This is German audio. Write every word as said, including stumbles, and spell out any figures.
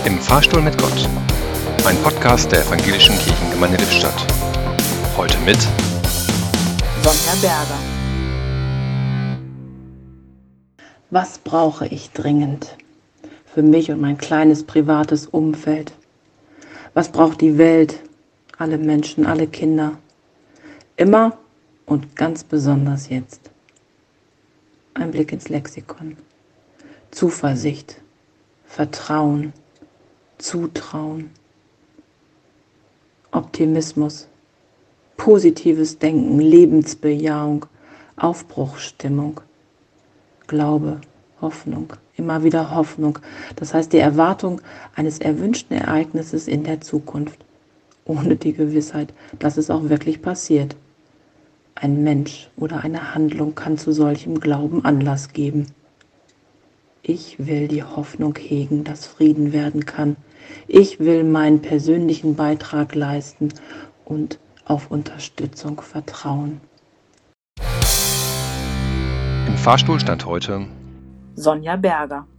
Im Fahrstuhl mit Gott. Ein Podcast der Evangelischen Kirchengemeinde Lippstadt. Heute mit Sonja Berger. Was brauche ich dringend für mich und mein kleines privates Umfeld? Was braucht die Welt, alle Menschen, alle Kinder? Immer und ganz besonders jetzt. Ein Blick ins Lexikon. Zuversicht, Vertrauen, Zutrauen, Optimismus, positives Denken, Lebensbejahung, Aufbruchsstimmung, Glaube, Hoffnung, immer wieder Hoffnung. Das heißt die Erwartung eines erwünschten Ereignisses in der Zukunft, ohne die Gewissheit, dass es auch wirklich passiert. Ein Mensch oder eine Handlung kann zu solchem Glauben Anlass geben. Ich will die Hoffnung hegen, dass Frieden werden kann. Ich will meinen persönlichen Beitrag leisten und auf Unterstützung vertrauen. Im Fahrstuhl stand heute Sonja Berger.